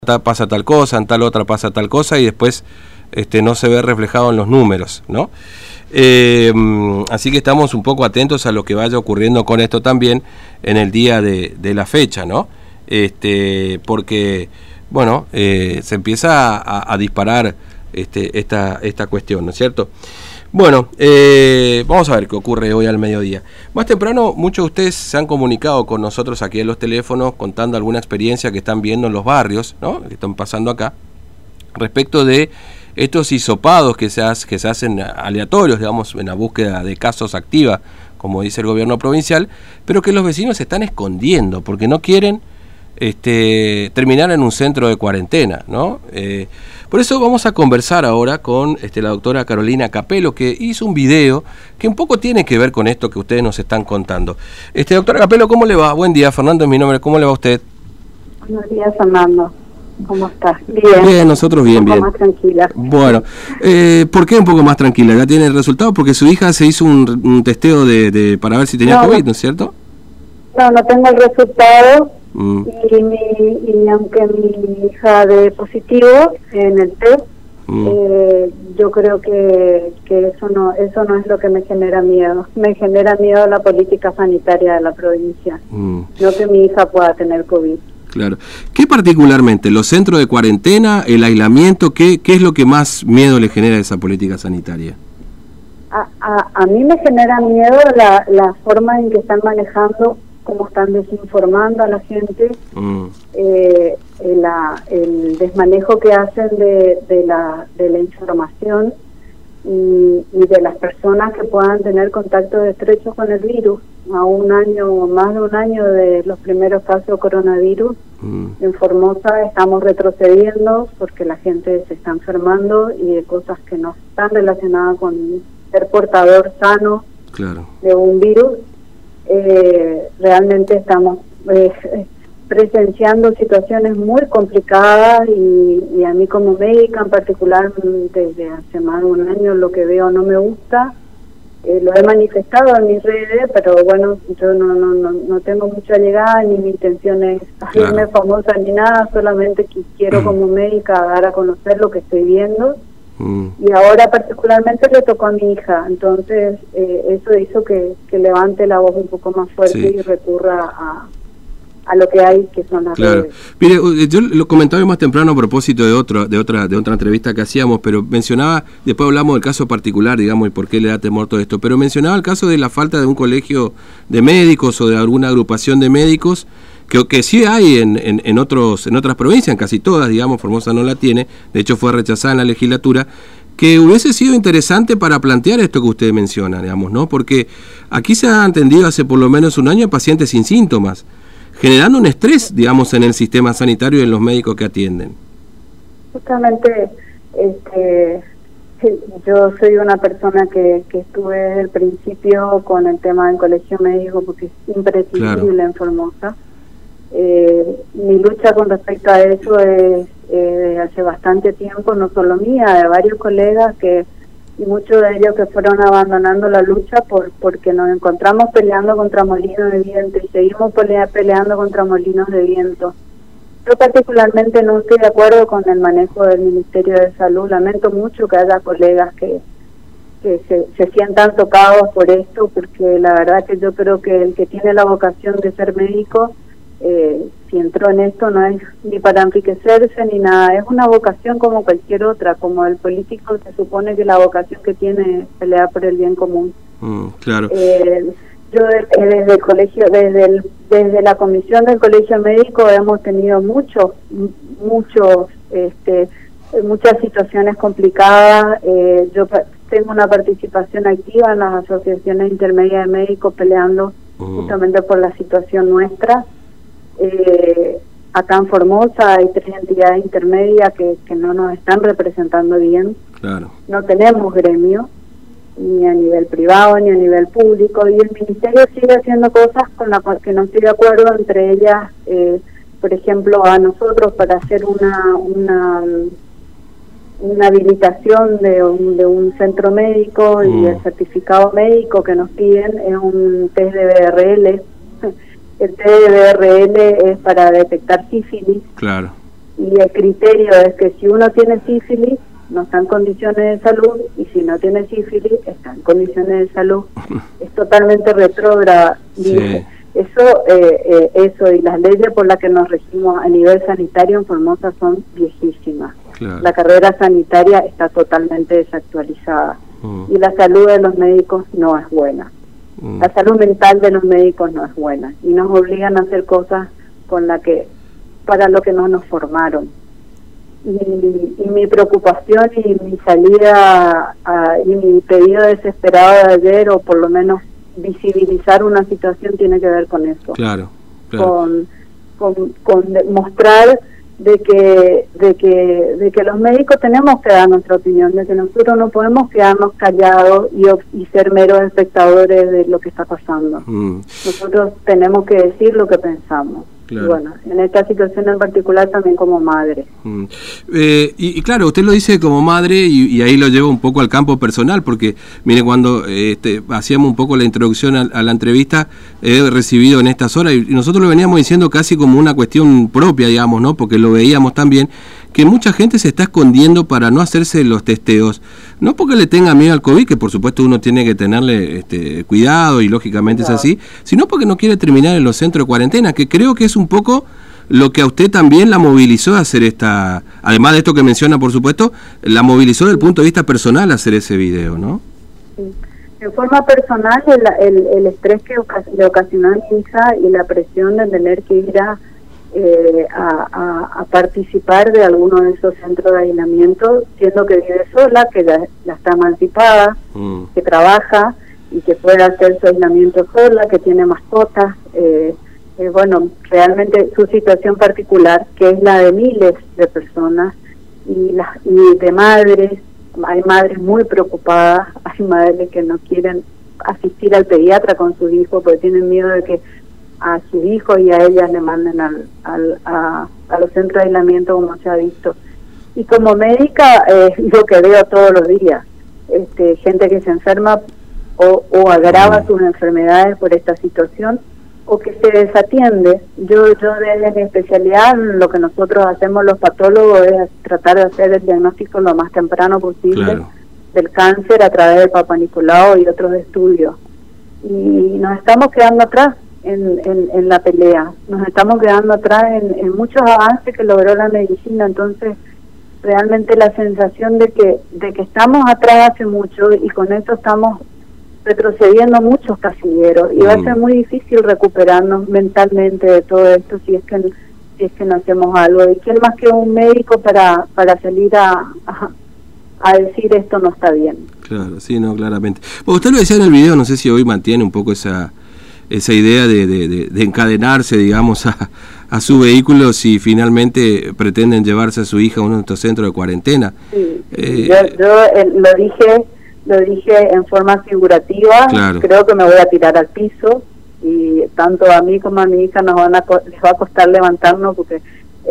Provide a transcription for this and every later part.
pasa tal cosa, en tal otra pasa tal cosa y después no se ve reflejado en los números, ¿no? Así que estamos un poco atentos a lo que vaya ocurriendo con esto también en el día de la fecha, ¿no? Porque, bueno, se empieza a disparar esta cuestión, ¿no es cierto? Bueno, vamos a ver qué ocurre hoy al mediodía. Más temprano, muchos de ustedes se han comunicado con nosotros aquí en los teléfonos contando alguna experiencia que están viendo en los barrios, ¿no? Que están pasando acá, respecto de estos hisopados que se hacen aleatorios, digamos, en la búsqueda de casos activa, como dice el gobierno provincial, pero que los vecinos se están escondiendo porque no quieren terminar en un centro de cuarentena, ¿no? Por eso vamos a conversar ahora con la doctora Carolina Capelo, que hizo un video que un poco tiene que ver con esto que ustedes nos están contando. Doctora Capelo, ¿cómo le va? Buen día, Fernando es mi nombre, ¿cómo le va a usted? Buenos días, Fernando. ¿Cómo estás? Bien. Bien, nosotros bien, bien. Un poco más tranquila. Bueno, ¿por qué un poco más tranquila? ¿Ya tiene el resultado? Porque su hija se hizo un testeo para ver si tenía COVID, ¿no es cierto? No tengo el resultado. Y aunque mi hija de positivo en el test, yo creo que eso no es lo que me genera miedo. Me genera miedo la política sanitaria de la provincia, no que mi hija pueda tener COVID. Claro. ¿Qué particularmente? ¿Los centros de cuarentena, el aislamiento? ¿Qué es lo que más miedo le genera a esa política sanitaria? A mí me genera miedo la forma en que están manejando, cómo están desinformando a la gente, el desmanejo que hacen de la información y de las personas que puedan tener contacto estrecho con el virus. A un año, más de un año de los primeros casos de coronavirus, en Formosa estamos retrocediendo porque la gente se está enfermando y de cosas que no están relacionadas con ser portador sano de un virus. Realmente estamos presenciando situaciones muy complicadas y a mí como médica en particular desde hace más de un año lo que veo no me gusta. Lo he manifestado en mis redes, pero bueno, yo no tengo mucha llegada ni mi intención es hacerme famosa ni nada, solamente que quiero como médica dar a conocer lo que estoy viendo. Y ahora particularmente le tocó a mi hija, entonces eso hizo que levante la voz un poco más fuerte y recurra a lo que hay, que son las redes. Mire, yo lo comentaba más temprano a propósito de otra entrevista que hacíamos, pero mencionaba, después hablamos del caso particular, digamos, y por qué le da temor todo esto, pero mencionaba el caso de la falta de un colegio de médicos o de alguna agrupación de médicos, que sí hay en otras provincias, en casi todas, digamos, Formosa no la tiene, de hecho fue rechazada en la legislatura, que hubiese sido interesante para plantear esto que usted menciona, digamos, ¿no? Porque aquí se ha atendido hace por lo menos un año a pacientes sin síntomas, generando un estrés, digamos, en el sistema sanitario y en los médicos que atienden. Justamente, yo soy una persona que estuve desde el principio con el tema del colegio médico porque es imprescindible en Formosa. Mi lucha con respecto a eso es hace bastante tiempo, no solo mía, de varios colegas y muchos de ellos que fueron abandonando la lucha porque nos encontramos peleando contra molinos de viento y seguimos peleando contra molinos de viento. Yo particularmente no estoy de acuerdo con el manejo del Ministerio de Salud, lamento mucho que haya colegas que se sientan tocados por esto, porque la verdad que yo creo que el que tiene la vocación de ser médico, si entró en esto no es ni para enriquecerse ni nada, es una vocación como cualquier otra, como el político se supone que la vocación que tiene es pelear por el bien común. Claro. Yo desde el colegio, desde la comisión del colegio médico hemos tenido muchas situaciones complicadas. Yo tengo una participación activa en las asociaciones intermedias de médicos peleando justamente por la situación nuestra. Acá en Formosa hay 3 entidades intermedias que no nos están representando bien. No tenemos gremio, ni a nivel privado ni a nivel público, y el ministerio sigue haciendo cosas con las que no estoy de acuerdo, entre ellas, por ejemplo, a nosotros para hacer una habilitación de un centro médico y el certificado médico que nos piden es un test de BRL. El test de BRL es para detectar sífilis y el criterio es que si uno tiene sífilis no está en condiciones de salud, y si no tiene sífilis está en condiciones de salud. Es totalmente retrógrada. Sí. Eso y las leyes por las que nos regimos a nivel sanitario en Formosa son viejísimas. Claro. La carrera sanitaria está totalmente desactualizada y la salud de los médicos no es buena. La salud mental de los médicos no es buena y nos obligan a hacer cosas para lo que no nos formaron. Y mi preocupación y mi salida y mi pedido desesperado de ayer, o por lo menos visibilizar una situación, tiene que ver con eso. Claro. Con mostrar de que los médicos tenemos que dar nuestra opinión, de que nosotros no podemos quedarnos callados y ser meros espectadores de lo que está pasando. Nosotros tenemos que decir lo que pensamos. Claro. Bueno, en esta situación en particular también como madre. Y claro, usted lo dice como madre y ahí lo llevo un poco al campo personal, porque mire, cuando hacíamos un poco la introducción a la entrevista, he recibido en estas horas, y nosotros lo veníamos diciendo casi como una cuestión propia, digamos, ¿no? Porque lo veíamos también, que mucha gente se está escondiendo para no hacerse los testeos, no porque le tenga miedo al COVID, que por supuesto uno tiene que tenerle cuidado y lógicamente claro, es así, sino porque no quiere terminar en los centros de cuarentena, que creo que es un poco lo que a usted también la movilizó a hacer además de esto que menciona, por supuesto, la movilizó desde el punto de vista personal a hacer ese video, ¿no? Sí. En forma personal, el estrés que le ocasionó a mi hija y la presión de tener que ir a participar de alguno de esos centros de aislamiento, siendo que vive sola, que ya está emancipada, que trabaja y que puede hacer su aislamiento sola, que tiene mascotas, bueno, realmente su situación particular, que es la de miles de personas y de madres. Hay madres muy preocupadas, hay madres que no quieren asistir al pediatra con sus hijos porque tienen miedo de que a sus hijos y a ellas le manden a los centros de aislamiento, como se ha visto. Y como médica, lo que veo todos los días, gente que se enferma o agrava sus enfermedades por esta situación, o que se desatiende. Yo desde mi especialidad, lo que nosotros hacemos los patólogos es tratar de hacer el diagnóstico lo más temprano posible, claro, del cáncer a través del Papa Nicolau y otros estudios. Y nos estamos quedando atrás en la pelea, nos estamos quedando atrás en muchos avances que logró la medicina. Entonces realmente la sensación de que estamos atrás hace mucho, y con esto estamos retrocediendo muchos casilleros, y va a ser muy difícil recuperarnos mentalmente de todo esto si es que no hacemos algo. Y quién más que un médico para salir a decir esto no está bien. Claro, sí, no, claramente. Bueno, usted lo decía en el video, no sé si hoy mantiene un poco esa idea de encadenarse, digamos, a su vehículo si finalmente pretenden llevarse a su hija a uno de estos centros de cuarentena. Sí, yo lo dije en forma figurativa. Claro. Creo que me voy a tirar al piso, y tanto a mí como a mi hija les va a costar levantarnos porque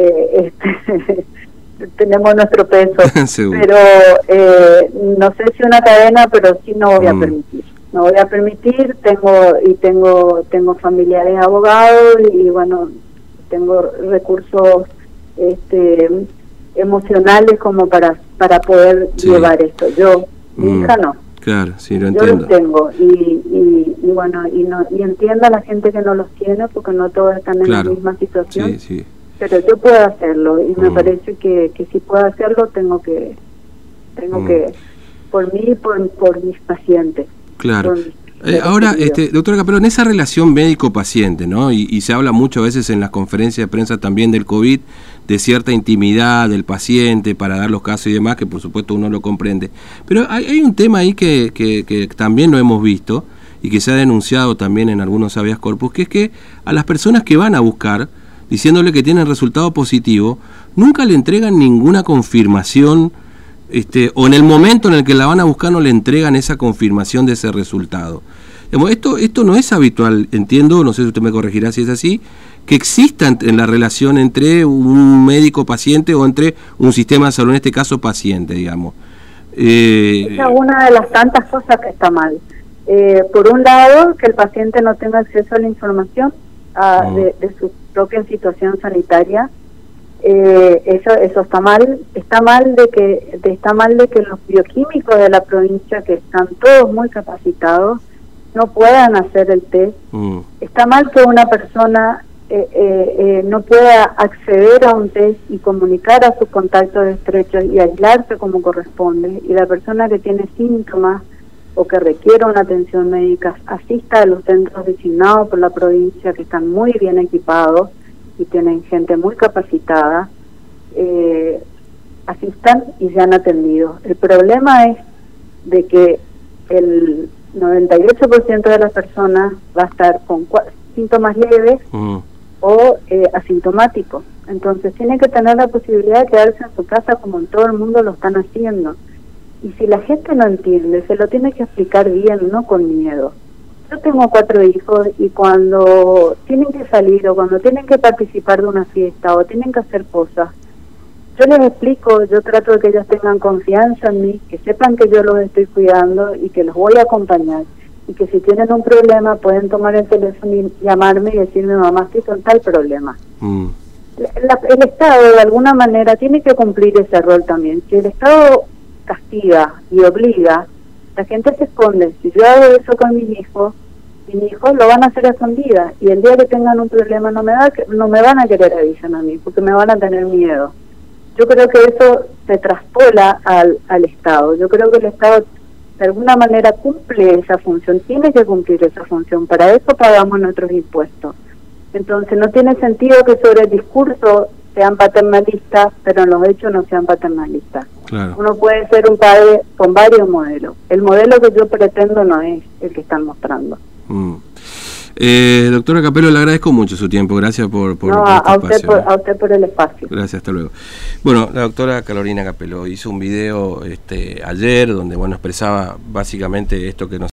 tenemos nuestro peso. Pero no sé si una cadena, pero sí no voy a permitir. No voy a permitir. Tengo familiares abogados y bueno, tengo recursos emocionales como para poder llevar esto. Mi hija no. Claro, sí, lo entiendo. Yo los tengo y bueno, y entiendo a la gente que no los tiene, porque no todos están en la misma situación. Sí, sí. Pero yo puedo hacerlo, y me parece que si puedo hacerlo tengo que por mí y por mis pacientes. Claro. Ahora, doctora Capelo, en esa relación médico-paciente, ¿no? Y se habla mucho a veces en las conferencias de prensa también del COVID, de cierta intimidad del paciente para dar los casos y demás, que por supuesto uno lo comprende. Pero hay un tema ahí que también lo hemos visto y que se ha denunciado también en algunos habeas corpus, que es que a las personas que van a buscar, diciéndole que tienen resultado positivo, nunca le entregan ninguna confirmación, o en el momento en el que la van a buscar no le entregan esa confirmación de ese resultado. Esto no es habitual, entiendo, no sé si usted me corregirá si es así, que exista en la relación entre un médico paciente o entre un sistema de salud, en este caso paciente, digamos. Esa es una de las tantas cosas que está mal. Por un lado, que el paciente no tenga acceso a la información de su propia situación sanitaria, Eso está mal. Está mal de que los bioquímicos de la provincia, que están todos muy capacitados, no puedan hacer el test. Está mal que una persona no pueda acceder a un test y comunicar a sus contactos estrechos y aislarse como corresponde, y la persona que tiene síntomas o que requiere una atención médica asista a los centros designados por la provincia, que están muy bien equipados y tienen gente muy capacitada, asistan y sean atendidos. El problema es de que el 98% de las personas va a estar con síntomas leves o asintomáticos. Entonces tiene que tener la posibilidad de quedarse en su casa como en todo el mundo lo están haciendo. Y si la gente no entiende, se lo tiene que explicar bien, no con miedo. Yo tengo 4 hijos y cuando tienen que salir o cuando tienen que participar de una fiesta o tienen que hacer cosas, yo les explico, yo trato de que ellos tengan confianza en mí, que sepan que yo los estoy cuidando y que los voy a acompañar. Y que si tienen un problema pueden tomar el teléfono y llamarme y decirme, mamá, estoy con tal problema. El Estado de alguna manera tiene que cumplir ese rol también. Si el Estado castiga y obliga, la gente se esconde. Si yo hago eso con mis hijos lo van a hacer a escondidas, y el día que tengan un problema no me van a querer avisar a mí, porque me van a tener miedo. Yo creo que eso se traspola al Estado. Yo creo que el Estado de alguna manera cumple esa función, tiene que cumplir esa función, para eso pagamos nuestros impuestos. Entonces no tiene sentido que sobre el discurso sean paternalistas, pero en los hechos no sean paternalistas. Claro. Uno puede ser un padre con varios modelos. El modelo que yo pretendo no es el que están mostrando. Doctora Capelo, le agradezco mucho su tiempo. Gracias por este espacio. A usted por el espacio. Gracias, hasta luego. Bueno, la doctora Carolina Capelo hizo un video ayer donde expresaba básicamente esto que nos